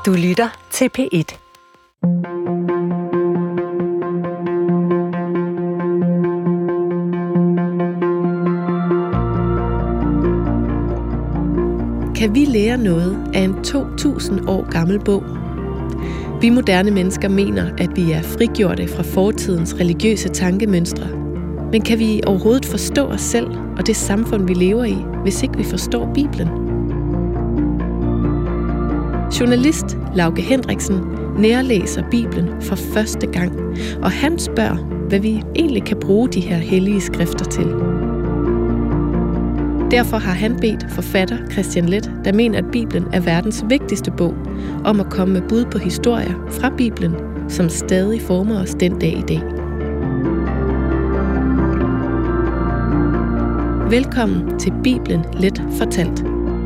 Du lytter til P1. Kan vi lære noget af en 2000 år gammel bog? Vi moderne mennesker mener, at vi er frigjorte fra fortidens religiøse tankemønstre. Men kan vi overhovedet forstå os selv og det samfund, vi lever i, hvis ikke vi forstår Bibelen? Journalist Lauke Hendriksen nærlæser Bibelen for første gang, og han spørger, hvad vi egentlig kan bruge de her hellige skrifter til. Derfor har han bedt forfatter Kristian Leth, der mener, at Bibelen er verdens vigtigste bog, om at komme med bud på historier fra Bibelen, som stadig former os den dag i dag. Velkommen til Bibelen Let fortalt.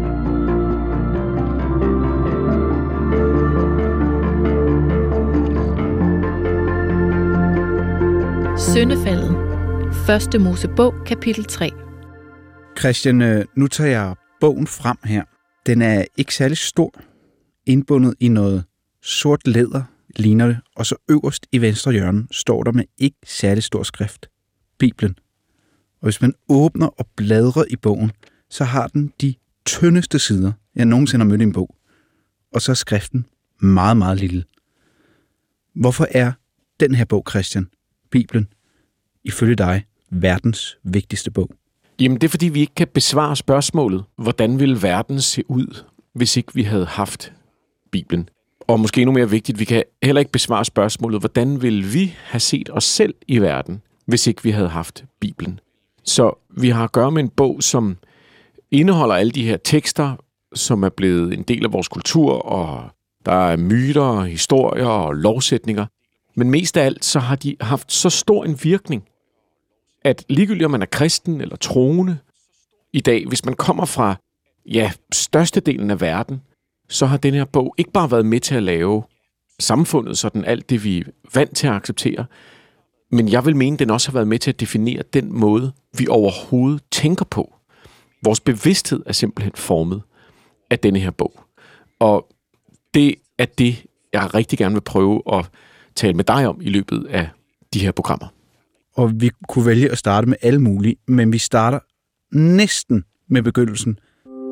Syndefaldet. 1. Mosebog, kapitel 3. Christian, nu tager jeg bogen frem her. Den er ikke særlig stor, indbundet i noget sort læder, ligner det, og så øverst i venstre hjørne står der med ikke særlig stor skrift, Bibelen. Og hvis man åbner og bladrer i bogen, så har den de tyndeste sider, jeg nogensinde har mødt i en bog. Og så er skriften meget, meget lille. Hvorfor er den her bog, Christian, Bibelen, ifølge dig, verdens vigtigste bog? Jamen, det er fordi, vi ikke kan besvare spørgsmålet, hvordan ville verden se ud, hvis ikke vi havde haft Bibelen? Og måske endnu mere vigtigt, vi kan heller ikke besvare spørgsmålet, hvordan ville vi have set os selv i verden, hvis ikke vi havde haft Bibelen? Så vi har at gøre med en bog, som indeholder alle de her tekster, som er blevet en del af vores kultur, og der er myter, historier og lovsætninger. Men mest af alt, så har de haft så stor en virkning, at ligegyldigt om man er kristen eller troende i dag, hvis man kommer fra størstedelen af verden, så har den her bog ikke bare været med til at lave samfundet, sådan alt det, vi er vant til at acceptere, men jeg vil mene, at den også har været med til at definere den måde, vi overhovedet tænker på. Vores bevidsthed er simpelthen formet af denne her bog. Og det er det, jeg rigtig gerne vil prøve at tale med dig om i løbet af de her programmer. Og vi kunne vælge at starte med alle mulige, men vi starter næsten med begyndelsen.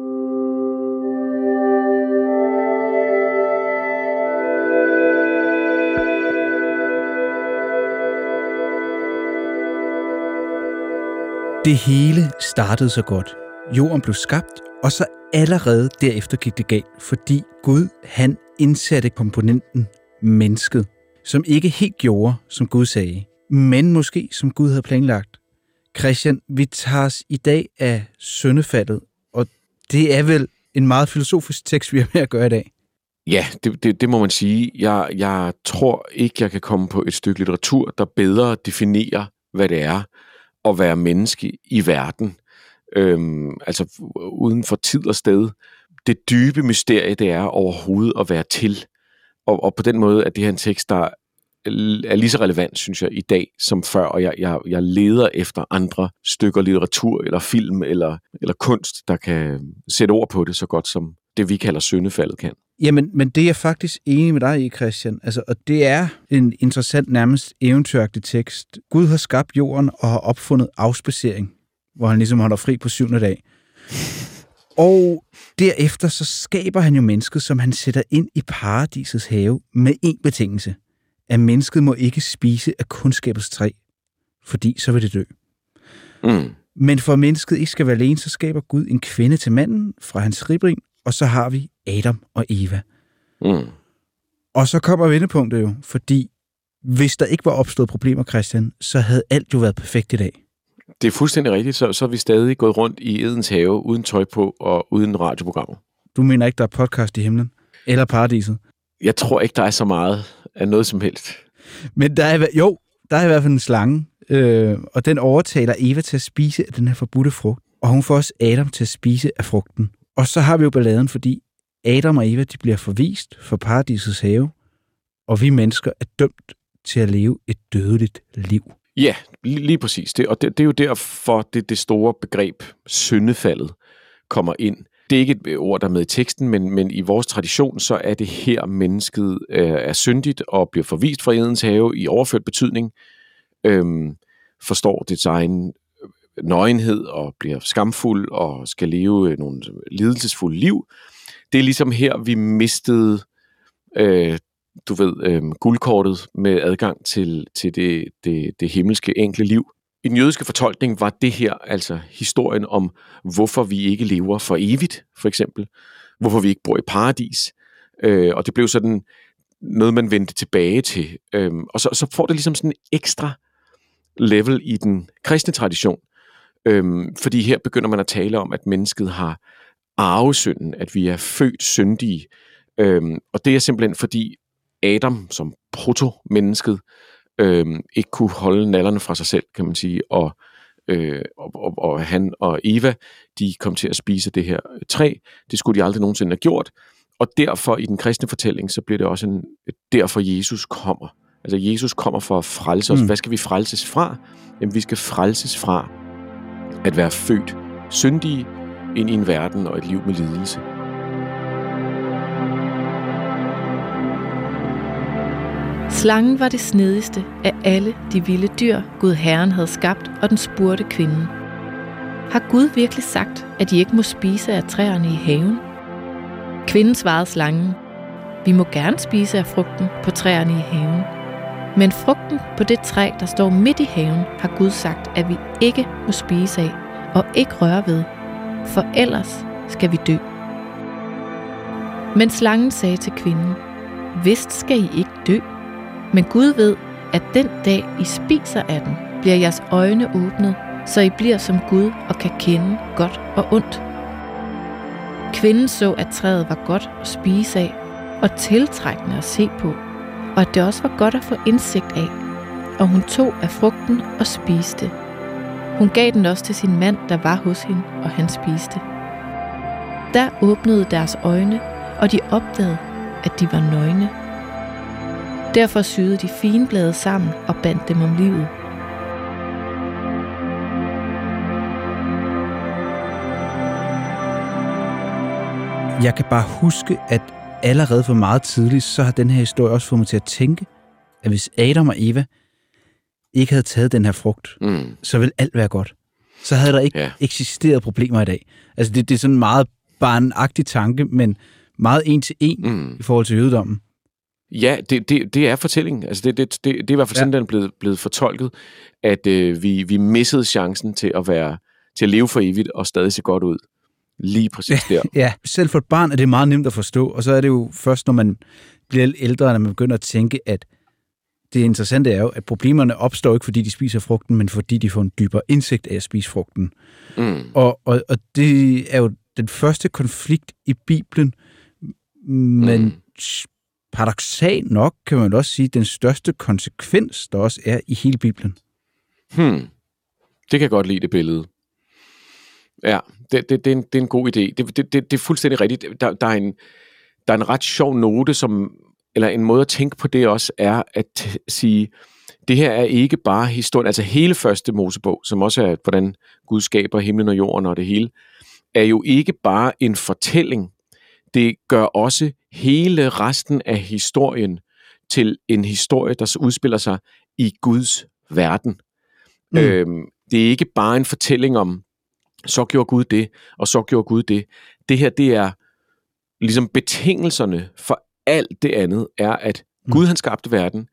Det hele startede så godt. Jorden blev skabt, og så allerede derefter gik det galt, fordi Gud, han indsatte komponenten mennesket, som ikke helt gjorde, som Gud sagde, men måske som Gud havde planlagt. Christian, vi tager os i dag af syndefaldet, og det er vel en meget filosofisk tekst, vi har med at gøre i dag. Ja, det må man sige. Jeg tror ikke, jeg kan komme på et stykke litteratur, der bedre definerer, hvad det er at være menneske i verden. Altså uden for tid og sted. Det dybe mysterie, det er overhovedet at være til. Og på den måde er det her en tekst, der er lige så relevant, synes jeg, i dag som før, og jeg leder efter andre stykker litteratur, eller film, eller kunst, der kan sætte ord på det så godt, som det vi kalder syndefaldet kan. Jamen, men det er jeg faktisk enig med dig i, Christian. Altså, og det er en interessant, nærmest eventyragtig tekst. Gud har skabt jorden og har opfundet afspadsering, hvor han ligesom holder fri på 7. dag. Og derefter så skaber han jo mennesket, som han sætter ind i paradisets have med en betingelse, at mennesket må ikke spise af kundskabets træ, fordi så vil det dø. Men for at mennesket ikke skal være alene, så skaber Gud en kvinde til manden fra hans ribben, og så har vi Adam og Eva. Og så kommer vendepunktet jo, fordi hvis der ikke var opstået problemer, Christian, så havde alt jo været perfekt i dag. Det er fuldstændig rigtigt, så er vi stadig gået rundt i Edens have, uden tøj på og uden radioprogrammer. Du mener ikke, der er podcast i himlen? Eller paradiset? Jeg tror ikke, der er så meget af noget som helst. Men der er i hvert fald en slange, og den overtaler Eva til at spise af den her forbudte frugt, og hun får også Adam til at spise af frugten. Og så har vi jo balladen, fordi Adam og Eva, de bliver forvist fra paradisets have, og vi mennesker er dømt til at leve et dødeligt liv. Ja, lige præcis. Det er jo derfor, det store begreb syndefaldet kommer ind. Det er ikke et ord, der er med i teksten, men i vores tradition, så er det her, mennesket er syndigt og bliver forvist fra Edens have i overført betydning, forstår dets egen nøgenhed og bliver skamfuld og skal leve nogle lidelsesfulde liv. Det er ligesom her, vi mistede guldkortet med adgang til det himmelske enkle liv. I den jødiske fortolkning var det her altså historien om, hvorfor vi ikke lever for evigt, for eksempel. Hvorfor vi ikke bor i paradis. Og det blev sådan noget, man vendte tilbage til. Og så får det ligesom sådan en ekstra level i den kristne tradition. Fordi her begynder man at tale om, at mennesket har arvesynden, at vi er født syndige. Og det er simpelthen fordi Adam som proto-mennesket ikke kunne holde nallerne fra sig selv, kan man sige, og han og Eva, de kom til at spise det her træ. Det skulle de aldrig nogensinde have gjort. Og derfor i den kristne fortælling, så bliver det også derfor Jesus kommer. Altså Jesus kommer for at frelse os. Hvad skal vi frelses fra? Jamen vi skal frelses fra at være født syndige ind i en verden og et liv med lidelse. Slangen var det snedigste af alle de vilde dyr, Gud Herren havde skabt, og den spurgte kvinden: Har Gud virkelig sagt, at I ikke må spise af træerne i haven? Kvinden svarede slangen: Vi må gerne spise af frugten på træerne i haven. Men frugten på det træ, der står midt i haven, har Gud sagt, at vi ikke må spise af og ikke røre ved, for ellers skal vi dø. Men slangen sagde til kvinden: Vist skal I ikke dø, men Gud ved, at den dag I spiser af den, bliver jeres øjne åbnet, så I bliver som Gud og kan kende godt og ondt. Kvinden så, at træet var godt at spise af og tiltrækkende at se på, og at det også var godt at få indsigt af, og hun tog af frugten og spiste. Hun gav den også til sin mand, der var hos hende, og han spiste. Der åbnede deres øjne, og de opdagede, at de var nøgne. Derfor syede de figenblade sammen og bandt dem om livet. Jeg kan bare huske, at allerede for meget tidligt, så har den her historie også fået mig til at tænke, at hvis Adam og Eva ikke havde taget den her frugt, så ville alt være godt. Så havde der ikke eksisteret problemer i dag. Altså det er sådan en meget barnagtig tanke, men meget en til en i forhold til jødedommen. Ja, det er fortællingen. Altså det er i hvert fald sådan, den er blevet fortolket, at vi missede chancen til at leve for evigt og stadig se godt ud. Lige præcis der. Ja, selv for et barn er det meget nemt at forstå, og så er det jo først, når man bliver ældre, når man begynder at tænke, at det interessante er jo, at problemerne opstår ikke, fordi de spiser frugten, men fordi de får en dybere indsigt af at spise frugten. Og det er jo den første konflikt i Bibelen, men paradoksalt nok kan man også sige, den største konsekvens, der også er i hele Bibelen. Det kan jeg godt lide, det billede. Ja, det er en god idé. Det er fuldstændig rigtigt. Der er en ret sjov note, eller en måde at tænke på det også, er at sige, det her er ikke bare historien, altså hele første Mosebog, som også er, hvordan Gud skaber himlen og jorden og det hele, er jo ikke bare en fortælling. Det gør også hele resten af historien til en historie, der udspiller sig i Guds verden. Det er ikke bare en fortælling om, så gjorde Gud det, og så gjorde Gud det. Det her, det er ligesom betingelserne for alt det andet, er, at Gud han skabte verden,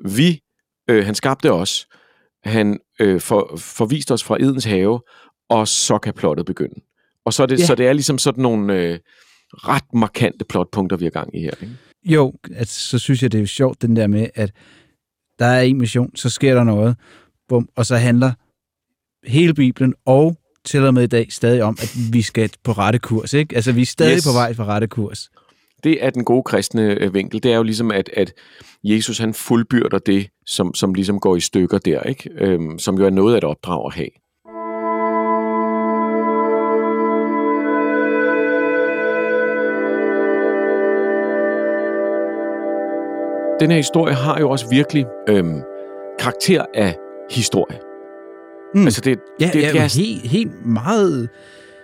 han skabte os, han forviste os fra Edens have, og så kan plottet begynde. Og så det er ligesom sådan nogle ret markante plotpunkter, vi er gang i her. Ikke? Jo, altså, så synes jeg, det er sjovt, den der med, at der er en mission, så sker der noget, bum, og så handler hele Bibelen og til og med i dag stadig om, at vi skal på rette kurs, ikke? Altså, vi er stadig på vej på rette kurs. Det er den gode kristne vinkel. Det er jo ligesom, at Jesus, han fuldbyrder det, som ligesom går i stykker der, ikke? Som jo er noget af et opdrag at have. Den her historie har jo også virkelig karakter af historie. Altså det er helt meget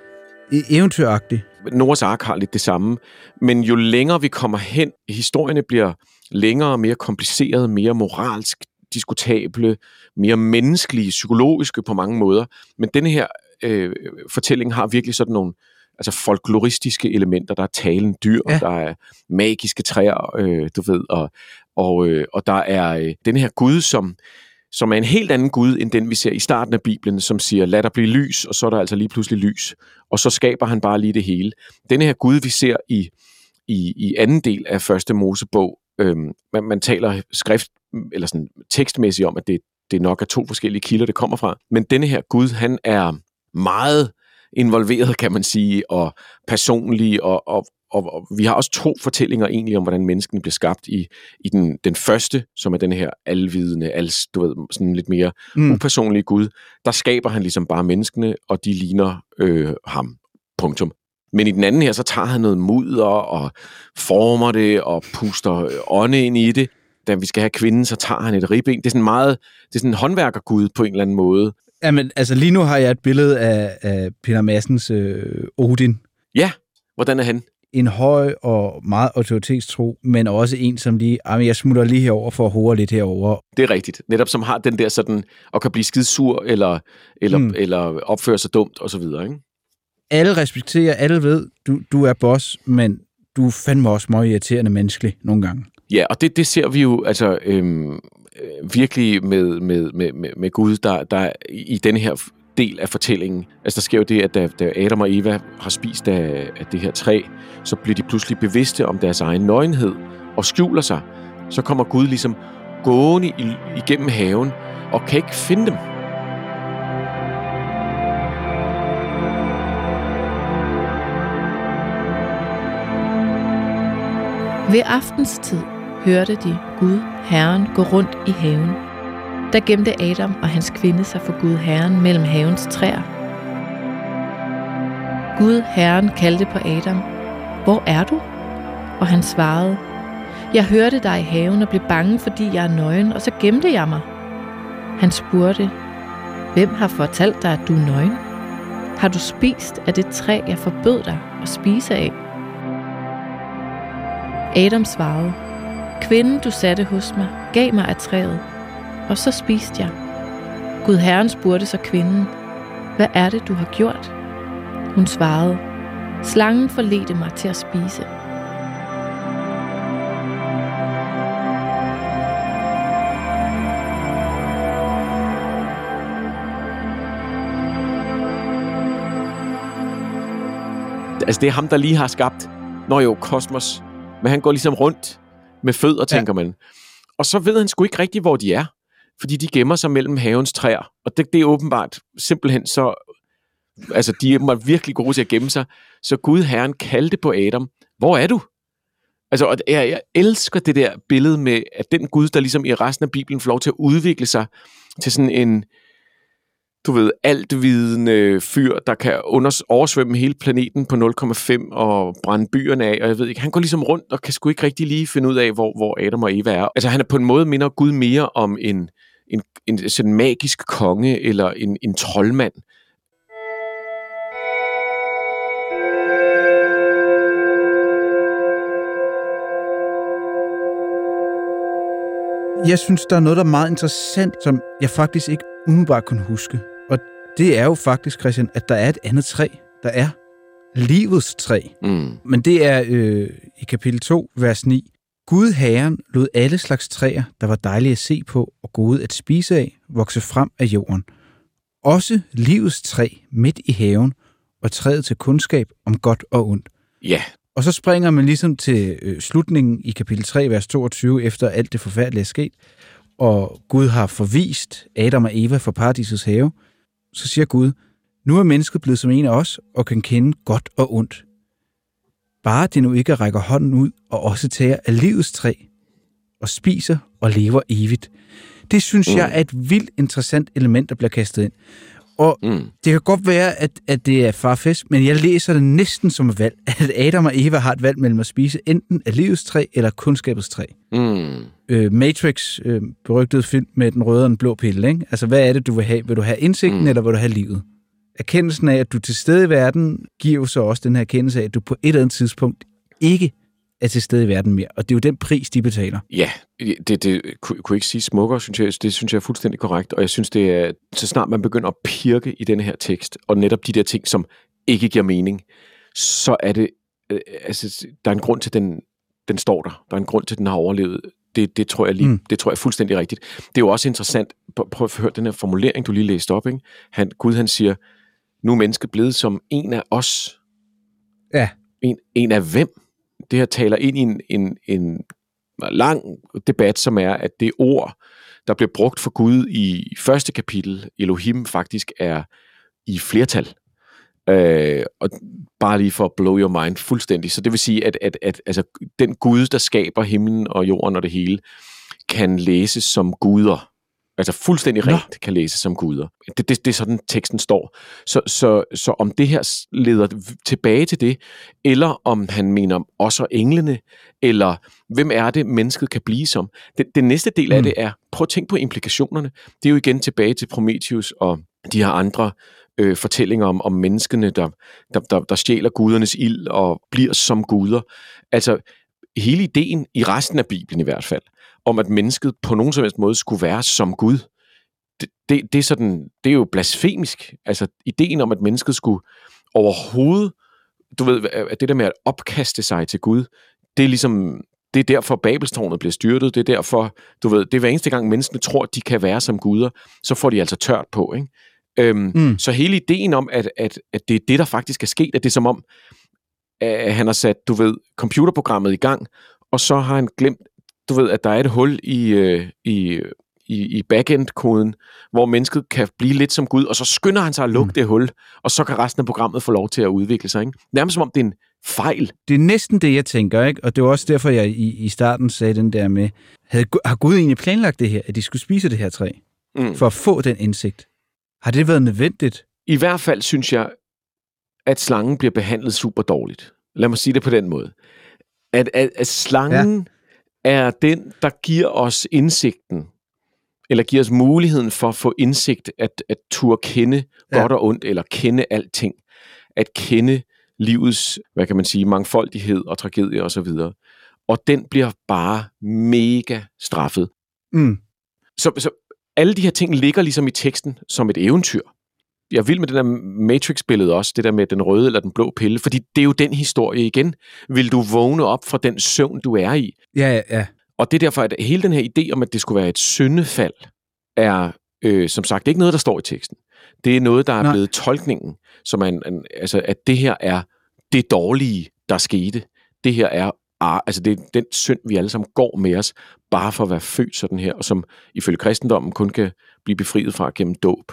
Eventyragtigt. Noahs Ark har lidt det samme, men jo længere vi kommer hen, historierne bliver længere, mere komplicerede, mere moralsk diskutable, mere menneskelige, psykologiske på mange måder. Men denne her fortælling har virkelig sådan nogle folkloristiske elementer. Der er talende dyr, ja. Der er magiske træer, du ved, og der er den her Gud, som er en helt anden Gud, end den vi ser i starten af Bibelen, som siger, lad der blive lys, og så er der altså lige pludselig lys. Og så skaber han bare lige det hele. Denne her Gud, vi ser i anden del af første Mosebog, man taler skrift, eller sådan tekstmæssigt om, at det nok er 2 forskellige kilder, det kommer fra. Men denne her Gud, han er meget involveret, kan man sige, og personlig, og vi har også 2 fortællinger egentlig om, hvordan menneskene blev skabt i den første, som er den her alvidende, du ved, sådan lidt mere upersonlige Gud. Der skaber han ligesom bare menneskene, og de ligner ham. Punktum. Men i den anden her, så tager han noget mudder og former det og puster ånde ind i det. Da vi skal have kvinden, så tager han et ribben. Det er sådan en håndværkergud på en eller anden måde. Jamen, altså lige nu har jeg et billede af Peter Madsens Odin. Ja, hvordan er han? En høj og meget autoritetstro, men også en, som lige, jeg smutter lige herover for at hore lidt herover. Det er rigtigt. Netop som har den der sådan, og kan blive skidsur, eller opføre sig dumt, og så videre, ikke? Alle respekterer, alle ved, du er boss, men du er fandme også meget irriterende menneskelig nogle gange. Ja, og det ser vi jo virkelig med Gud, der i denne her del af fortællingen. Altså der sker jo det, at da Adam og Eva har spist af det her træ, så bliver de pludselig bevidste om deres egen nøgenhed og skjuler sig. Så kommer Gud ligesom gående igennem haven og kan ikke finde dem. Ved aftenstid hørte de Gud, Herren, gå rundt i haven. Der gemte Adam og hans kvinde sig for Gud, Herren, mellem havens træer. Gud, Herren, kaldte på Adam. Hvor er du? Og han svarede, jeg hørte dig i haven og blev bange, fordi jeg er nøgen, og så gemte jeg mig. Han spurgte, hvem har fortalt dig, at du er nøgen? Har du spist af det træ, jeg forbød dig at spise af? Adam svarede, kvinden du satte hos mig, gav mig af træet, og så spiste jeg. Gud Herren spurgte så kvinden, hvad er det, du har gjort? Hun svarede, slangen forledte mig til at spise. Altså det er ham, der lige har skabt, kosmos. Men han går ligesom rundt med fødder, tænker man. Og så ved han sgu ikke rigtigt, hvor de er. Fordi de gemmer sig mellem havens træer. Og det er åbenbart simpelthen så... Altså, de er virkelig gode til at gemme sig. Så Gud Herren kaldte på Adam. Hvor er du? Altså, og jeg elsker det der billede med, at den Gud, der ligesom i resten af Bibelen får lov til at udvikle sig til sådan en... Du ved, altvidende fyr, der kan oversvømme hele planeten på 0,5 og brænde byerne af, og jeg ved ikke, han går ligesom rundt og kan sgu ikke rigtig lige finde ud af, hvor Adam og Eva er. Altså han er på en måde minder Gud mere om en sådan magisk konge eller en troldmand. Jeg synes, der er noget, der er meget interessant, som jeg faktisk ikke umiddelbart kunne huske. Og det er jo faktisk, Christian, at der er et andet træ. Der er livets træ. Men det er i kapitel 2, vers 9. Gud Herren lod alle slags træer, der var dejlige at se på og gode at spise af, vokse frem af jorden. Også livets træ midt i haven og træet til kundskab om godt og ondt. Ja. Og så springer man ligesom til slutningen i kapitel 3, vers 22, efter alt det forfærdelige er sket, og Gud har forvist Adam og Eva fra paradisets have. Så siger Gud, nu er mennesket blevet som en af os og kan kende godt og ondt. Bare det nu ikke rækker hånden ud og også tager af livets træ og spiser og lever evigt. Det synes jeg er et vildt interessant element, der bliver kastet ind. Og det kan godt være, at det er farfæst, men jeg læser det næsten som et valg, at Adam og Eva har et valg mellem at spise enten af livets træ eller kundskabets træ. Matrix, berygtede film med den røde og den blå pille, ikke? Altså, hvad er det, du vil have? Vil du have indsigten, eller vil du have livet? erkendelsen af, at du er til stede i verden, giver jo så også den her erkendelse af, at du på et eller andet tidspunkt ikke er til stede i verden mere. Og det er jo den pris, de betaler. Ja, det kunne ikke sige smukkere, synes jeg. Det synes jeg er fuldstændig korrekt. Og jeg synes, det er, så snart man begynder at pirke i denne her tekst, og netop de der ting, som ikke giver mening, så er det, der er en grund til, den står der. Der er en grund til, den har overlevet. Det tror jeg det tror jeg er fuldstændig rigtigt. Det er jo også interessant, prøv at høre den her formulering, du lige læste op, ikke? Gud han siger, nu er mennesket blevet som en af os. Ja. En af hvem? Det her taler ind i en lang debat, som er, at det ord, der bliver brugt for Gud i første kapitel, Elohim, faktisk er i flertal. Og bare lige for at blow your mind fuldstændig. Så det vil sige, at altså, den Gud, der skaber himlen og jorden og det hele, kan læses som guder. Altså fuldstændig rent kan læses som guder. Det er sådan, teksten står. Så om det her leder tilbage til det, eller om han mener også englene, eller hvem er det, mennesket kan blive som. Det næste del af det er, prøv at tænke på implikationerne. Det er jo igen tilbage til Prometheus og de her andre fortællinger om menneskene, der stjæler gudernes ild og bliver som guder. Altså hele ideen i resten af Bibelen i hvert fald, om at mennesket på nogen som helst måde skulle være som Gud, det er sådan, det er jo blasfemisk. Altså ideen om, at mennesket skulle overhovedet, du ved, at det der med at opkaste sig til Gud, det er ligesom, det er derfor Babelstårnet bliver styrtet, det er derfor, du ved, det er hver eneste gang menneskene tror, at de kan være som guder, så får de altså tørt på, ikke? Så hele ideen om, at det er det, der faktisk er sket, at det er som om, at han har sat, du ved, computerprogrammet i gang, og så har han glemt, du ved, at der er et hul i backend-koden, hvor mennesket kan blive lidt som Gud, og så skynder han sig at lukke det hul, og så kan resten af programmet få lov til at udvikle sig, ikke? Nærmest som om det er en fejl. Det er næsten det, jeg tænker, ikke? Og det var også derfor, jeg i starten sagde den der med, har Gud egentlig planlagt det her, at de skulle spise det her træ, for at få den indsigt? Har det været nødvendigt? I hvert fald synes jeg, at slangen bliver behandlet super dårligt. Lad mig sige det på den måde. At slangen er den, der giver os indsigten, eller giver os muligheden for at få indsigt, at turde kende godt og ondt, eller kende alting. At kende livets, hvad kan man sige, mangfoldighed og tragedie og så videre. Og den bliver bare mega straffet. Så alle de her ting ligger ligesom i teksten som et eventyr. Jeg vil med det der Matrix-billede også, det der med den røde eller den blå pille, fordi det er jo den historie igen. Vil du vågne op fra den søvn, du er i? Ja. Og det er derfor, at hele den her idé om, at det skulle være et syndefald, er som sagt ikke noget, der står i teksten. Det er noget, der er blevet tolkningen, som altså, at det her er det dårlige, der skete. Det her er altså det er den synd, vi alle sammen går med os, bare for at være født sådan her, og som ifølge kristendommen kun kan blive befriet fra gennem dåb.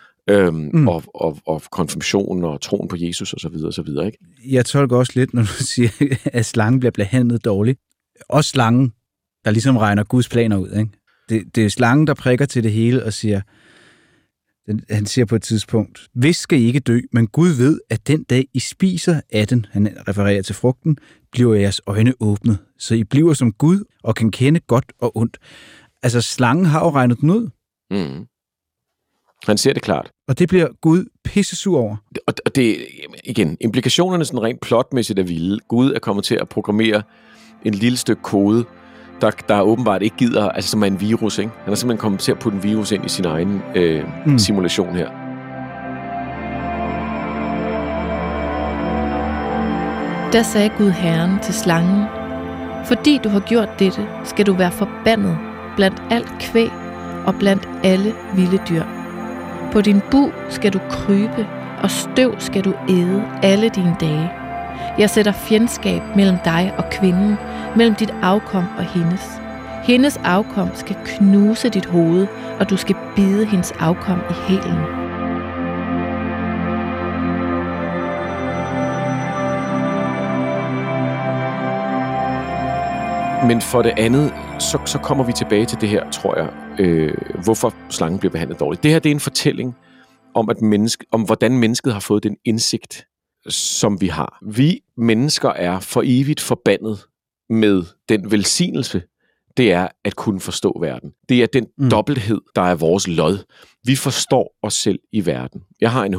Og konfirmation og troen på Jesus og så videre, ikke? Jeg tolker også lidt, når du siger, at slangen bliver behandlet dårligt. Også slangen, der ligesom regner Guds planer ud, ikke? Det er slangen, der prikker til det hele og siger, han siger på et tidspunkt, hvis skal I ikke dø, men Gud ved, at den dag I spiser af den, han refererer til frugten, bliver jeres øjne åbnet, så I bliver som Gud og kan kende godt og ondt. Altså slangen har jo regnet den ud. Han ser det klart. Og det bliver Gud pissesur over. Og det, igen, implikationerne sådan rent plotmæssigt er vilde. Gud er kommet til at programmere en lille stykke kode, der åbenbart ikke gider, altså som er en virus, ikke? Han er simpelthen kommet til at putte en virus ind i sin egen simulation her. Der sagde Gud Herren til slangen, fordi du har gjort dette, skal du være forbandet blandt alt kvæg og blandt alle vilde dyr. På din bug skal du krybe, og støv skal du æde alle dine dage. Jeg sætter fjendskab mellem dig og kvinden, mellem dit afkom og hendes. Hendes afkom skal knuse dit hoved, og du skal bide hendes afkom i hælen. Men for det andet, så kommer vi tilbage til det her, tror jeg, hvorfor slangen bliver behandlet dårligt. Det her, det er en fortælling om, om hvordan mennesket har fået den indsigt, som vi har. Vi mennesker er for evigt forbandet med den velsignelse, det er at kunne forstå verden. Det er den dobbelthed, der er vores lod. Vi forstår os selv i verden. Jeg har en hund,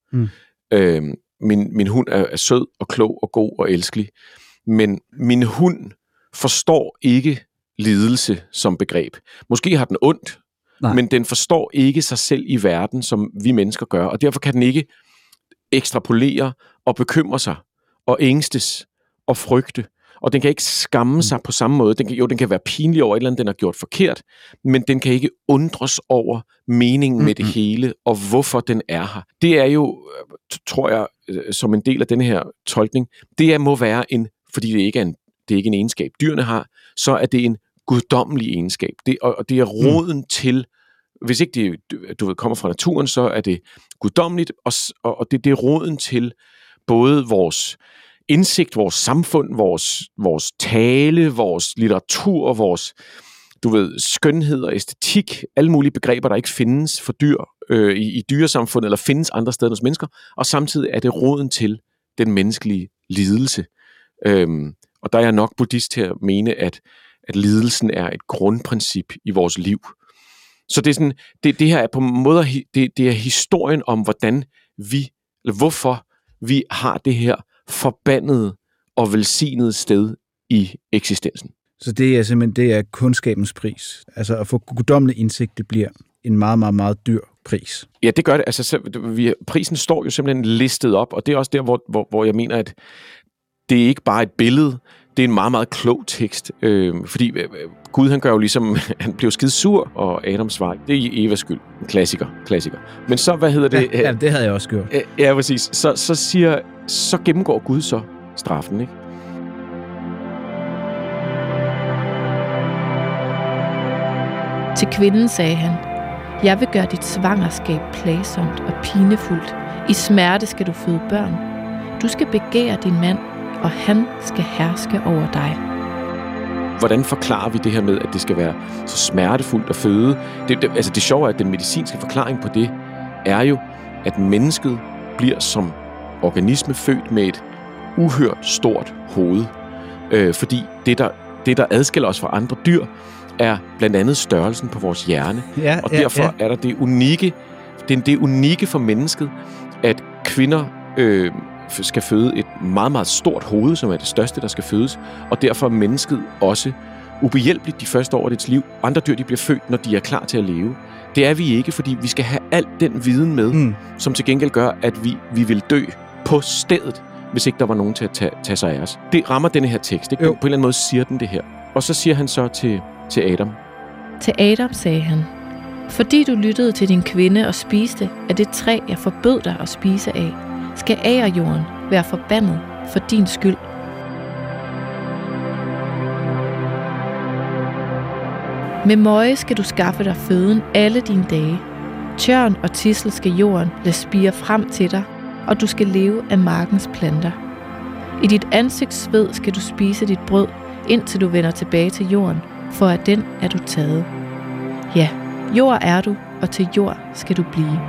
Min hund er sød og klog og god og elskelig, men min hund forstår ikke lidelse som begreb. Måske har den ondt, men den forstår ikke sig selv i verden, som vi mennesker gør, og derfor kan den ikke ekstrapolere og bekymre sig og ængstes og frygte. Og den kan ikke skamme sig på samme måde. Den kan være pinlig over et eller andet, den har gjort forkert, men den kan ikke undres over meningen med det hele, og hvorfor den er her. Det er jo, tror jeg, som en del af denne her tolkning, det må være fordi det ikke er en egenskab, dyrene har, så er det en guddommelig egenskab. Det er roden til, hvis ikke det kommer fra naturen, så er det guddommeligt, og det er roden til både vores indsigt, vores samfund, vores tale, vores litteratur, vores skønhed og æstetik, alle mulige begreber, der ikke findes for dyr i dyresamfundet, eller findes andre steder hos mennesker, og samtidig er det roden til den menneskelige lidelse. Og der er jeg nok buddhist til at mene, at lidelsen er et grundprincip i vores liv. Så det er sådan, det her er på en måde, det er historien om, hvorfor vi har det her forbandede og velsignede sted i eksistensen. Så det er simpelthen kundskabens pris. Altså at få guddommelig indsigt, det bliver en meget, meget, meget dyr pris. Ja, det gør det. Altså, prisen står jo simpelthen listet op, og det er også der, hvor jeg mener, at det er ikke bare et billede, det er en meget, meget klog tekst. Fordi Gud, han gør jo ligesom, han blev skide sur, og Adam svar, det er Evas skyld. En klassiker. Men så, Ja, det havde jeg også gjort. Ja, præcis. Så gennemgår Gud så straffen, ikke? Til kvinden sagde han, jeg vil gøre dit svangerskab plagsomt og pinefuldt. I smerte skal du føde børn. Du skal begære din mand, og han skal herske over dig. Hvordan forklarer vi det her med, at det skal være så smertefuldt at føde? Det sjove er, at den medicinske forklaring på det er jo, at mennesket bliver som organisme født med et uhørt stort hoved. Fordi det, der adskiller os fra andre dyr, er blandt andet størrelsen på vores hjerne. Og derfor er der det unikke for mennesket, at kvinder skal føde et meget, meget stort hoved, som er det største, der skal fødes, og derfor er mennesket også ubehjælpeligt de første år af dets liv. Andre dyr, de bliver født, når de er klar til at leve. Det er vi ikke, fordi vi skal have al den viden med, som til gengæld gør, at vi vil dø på stedet, hvis ikke der var nogen til at tage sig af os. Det rammer denne her tekst, ikke? På en eller anden måde siger den det her. Og så siger han så til Adam. Til Adam sagde han, fordi du lyttede til din kvinde og spiste af det træ, jeg forbød dig at spise af, skal agerjorden være forbandet for din skyld. Med møje skal du skaffe dig føden alle dine dage. Tjørn og tidsel skal jorden lade spire frem til dig, og du skal leve af markens planter. I dit ansigtssved skal du spise dit brød, indtil du vender tilbage til jorden, for af den er du taget. Ja, jord er du, og til jord skal du blive.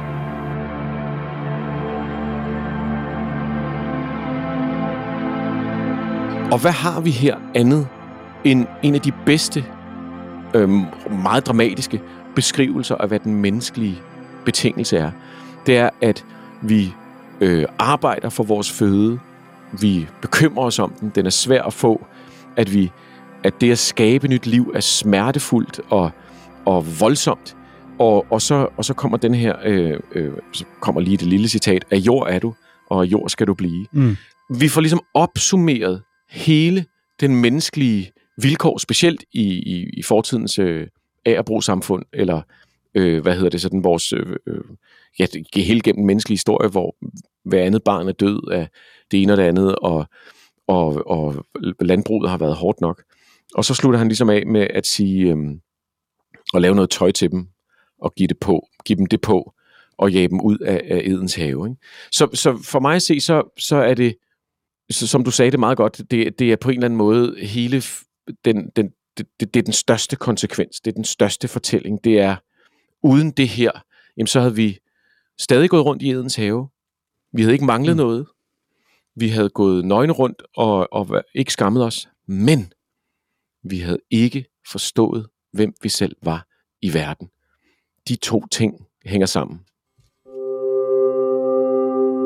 Og hvad har vi her andet end en af de bedste, meget dramatiske beskrivelser af, hvad den menneskelige betingelse er? Det er, at vi arbejder for vores føde, vi bekymrer os om den er svær at få, at det at skabe nyt liv er smertefuldt og voldsomt, og så kommer den her, så kommer lige det lille citat, af jord er du, og af jord skal du blive. Vi får ligesom opsummeret hele den menneskelige vilkår, specielt i fortidens agerbrugssamfund, eller sådan vores helt gennem menneskelig historie, hvor hver andet barn er død af det ene og det andet, og landbruget har været hårdt nok. Og så slutter han ligesom af med at sige, at lave noget tøj til dem, og give dem det på, og jage dem ud af Edens have. Ikke? Så for mig at se, så er det, som du sagde det meget godt, det er på en eller anden måde hele det er den største konsekvens, det er den største fortælling. Det er, uden det her, jamen så havde vi stadig gået rundt i Edens have. Vi havde ikke manglet noget. Vi havde gået nøgne rundt og ikke skammet os. Men vi havde ikke forstået, hvem vi selv var i verden. De to ting hænger sammen.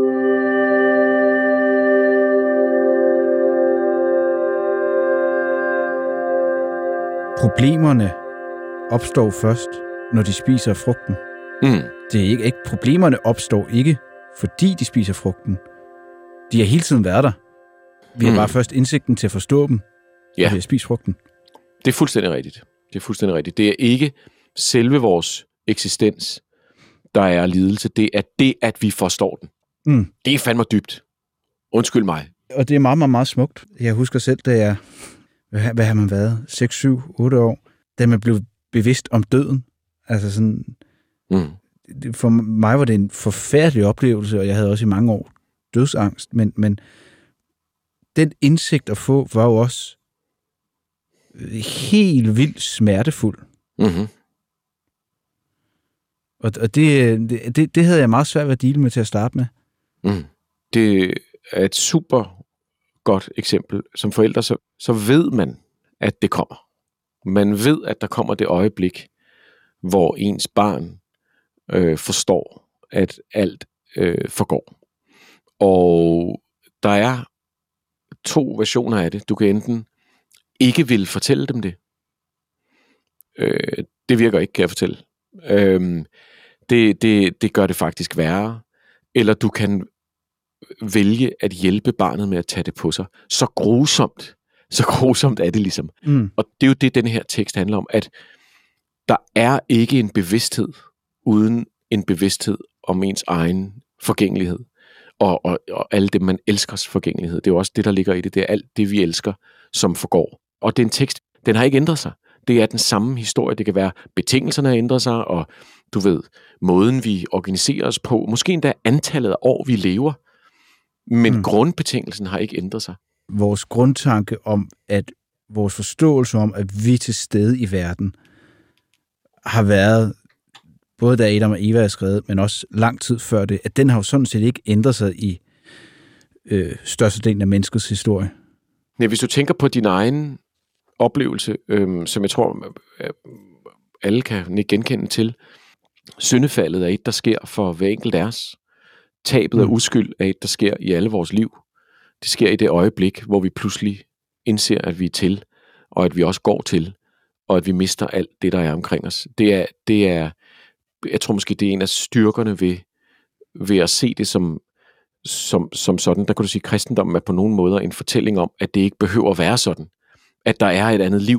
problemerne opstår først, når de spiser frugten. Det er ikke problemerne opstår ikke, fordi de spiser frugten. De har hele tiden været der. Vi har bare først indsigten til at forstå dem, når vi har spist frugten. Det er fuldstændig rigtigt. Det er ikke selve vores eksistens, der er lidelse. Det er det, at vi forstår den. Det er fandme dybt. Undskyld mig. Og det er meget, meget, meget smukt. Jeg husker selv, da jeg, hvad har man været, 6, 7, 8 år, da man blev bevidst om døden. Altså sådan, for mig var det en forfærdelig oplevelse, og jeg havde også i mange år dødsangst, men den indsigt at få var jo også helt vildt smertefuld. Og det havde jeg meget svært ved at deale med til at starte med. Det er et super godt eksempel. Som forældre, så ved man, at det kommer. Man ved, at der kommer det øjeblik, hvor ens barn forstår, at alt forgår. Og der er 2 versioner af det. Du kan enten ikke vil fortælle dem det. Det virker ikke, kan jeg fortælle. Det gør det faktisk værre. Eller du kan vælge at hjælpe barnet med at tage det på sig. Så grusomt er det ligesom. Og det er jo det, den her tekst handler om, at der er ikke en bevidsthed uden en bevidsthed om ens egen forgængelighed. Og alle det, man elskers forgængelighed. Det er jo også det, der ligger i det. Det er alt det, vi elsker, som forgår. Og den tekst, den har ikke ændret sig. Det er den samme historie. Det kan være, betingelserne har ændret sig, og du ved, måden vi organiserer os på. Måske endda antallet af år, vi lever. Men grundbetingelsen har ikke ændret sig. Vores grundtanke om, at vores forståelse om, at vi er til stede i verden, har været, både da Adam og Eva er skrevet, men også lang tid før det, at den har jo sådan set ikke ændret sig i størstedelen af menneskets historie. Nej, hvis du tænker på din egen oplevelse, som jeg tror, alle kan genkende til, syndefaldet er et, der sker for hver enkelt deres. Tabet af uskyld er et, der sker i alle vores liv. Det sker i det øjeblik, hvor vi pludselig indser, at vi er til, og at vi også går til, og at vi mister alt det, der er omkring os. Det er, jeg tror måske, det er en af styrkerne ved at se det som sådan. Der kan du sige, at kristendommen er på nogle måder en fortælling om, at det ikke behøver at være sådan. At der er et andet liv.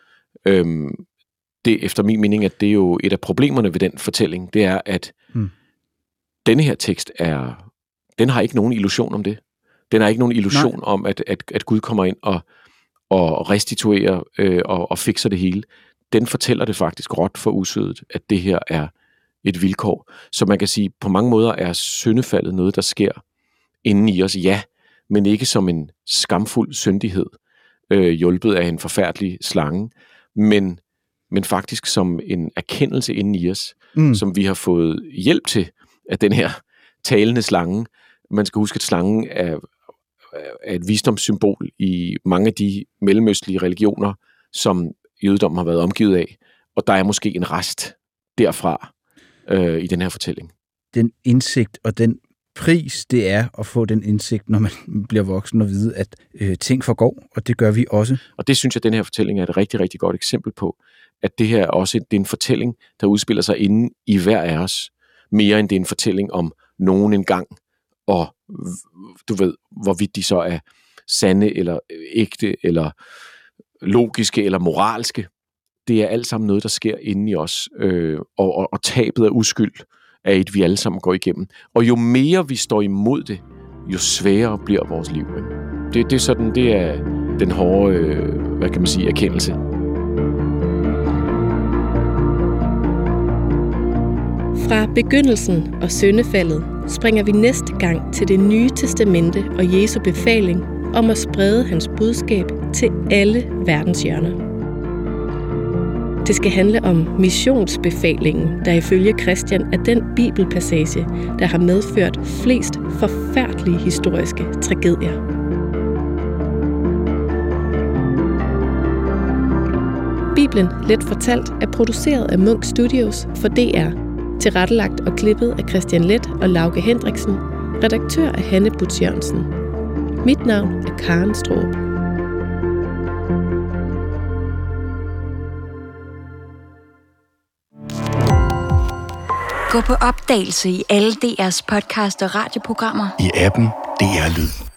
Det efter min mening, at det er jo et af problemerne ved den fortælling, det er, at denne her tekst den har ikke nogen illusion om det. Den har ikke nogen illusion om, at Gud kommer ind og restituerer og fikser det hele. Den fortæller det faktisk råt for usødet, at det her er et vilkår. Så man kan sige, på mange måder er syndefaldet noget, der sker inden i os, ja, men ikke som en skamfuld syndighed, hjulpet af en forfærdelig slange, men faktisk som en erkendelse inden i os, som vi har fået hjælp til af den her talende slange. Man skal huske, at slangen er et visdomssymbol i mange af de mellemøstlige religioner, som jødedommen har været omgivet af, og der er måske en rest derfra i den her fortælling. Den indsigt og den pris, det er at få den indsigt, når man bliver voksen og vide, at ting forgår, og det gør vi også. Og det synes jeg, at den her fortælling er et rigtig, rigtig godt eksempel på, at det her også det er en fortælling, der udspiller sig inde i hver af os, mere end det er en fortælling om nogen engang, og du ved, hvorvidt de så er sande, eller ægte, eller logiske, eller moralske. Det er alt sammen noget, der sker inde i os, og tabet af uskyld er et, vi alle sammen går igennem. Og jo mere vi står imod det, jo sværere bliver vores liv. Det er sådan, det er den hårde, hvad kan man sige, erkendelse. Fra begyndelsen og syndefaldet springer vi næste gang til Det Nye Testamente og Jesu befaling om at sprede hans budskab til alle verdens hjørner. Det skal handle om missionsbefalingen, der ifølge Christian er den bibelpassage, der har medført flest forfærdelige historiske tragedier. Bibelen Let Fortalt er produceret af Munk Studios for DR. Tilrettelagt og klippet af Christian Leth og Lauke Hendriksen. Redaktør er Hanne Butz Jørgensen. Mit navn er Karen Straarup. Gå på opdagelse i alle DR's podcast og radioprogrammer. I appen DR Lyd.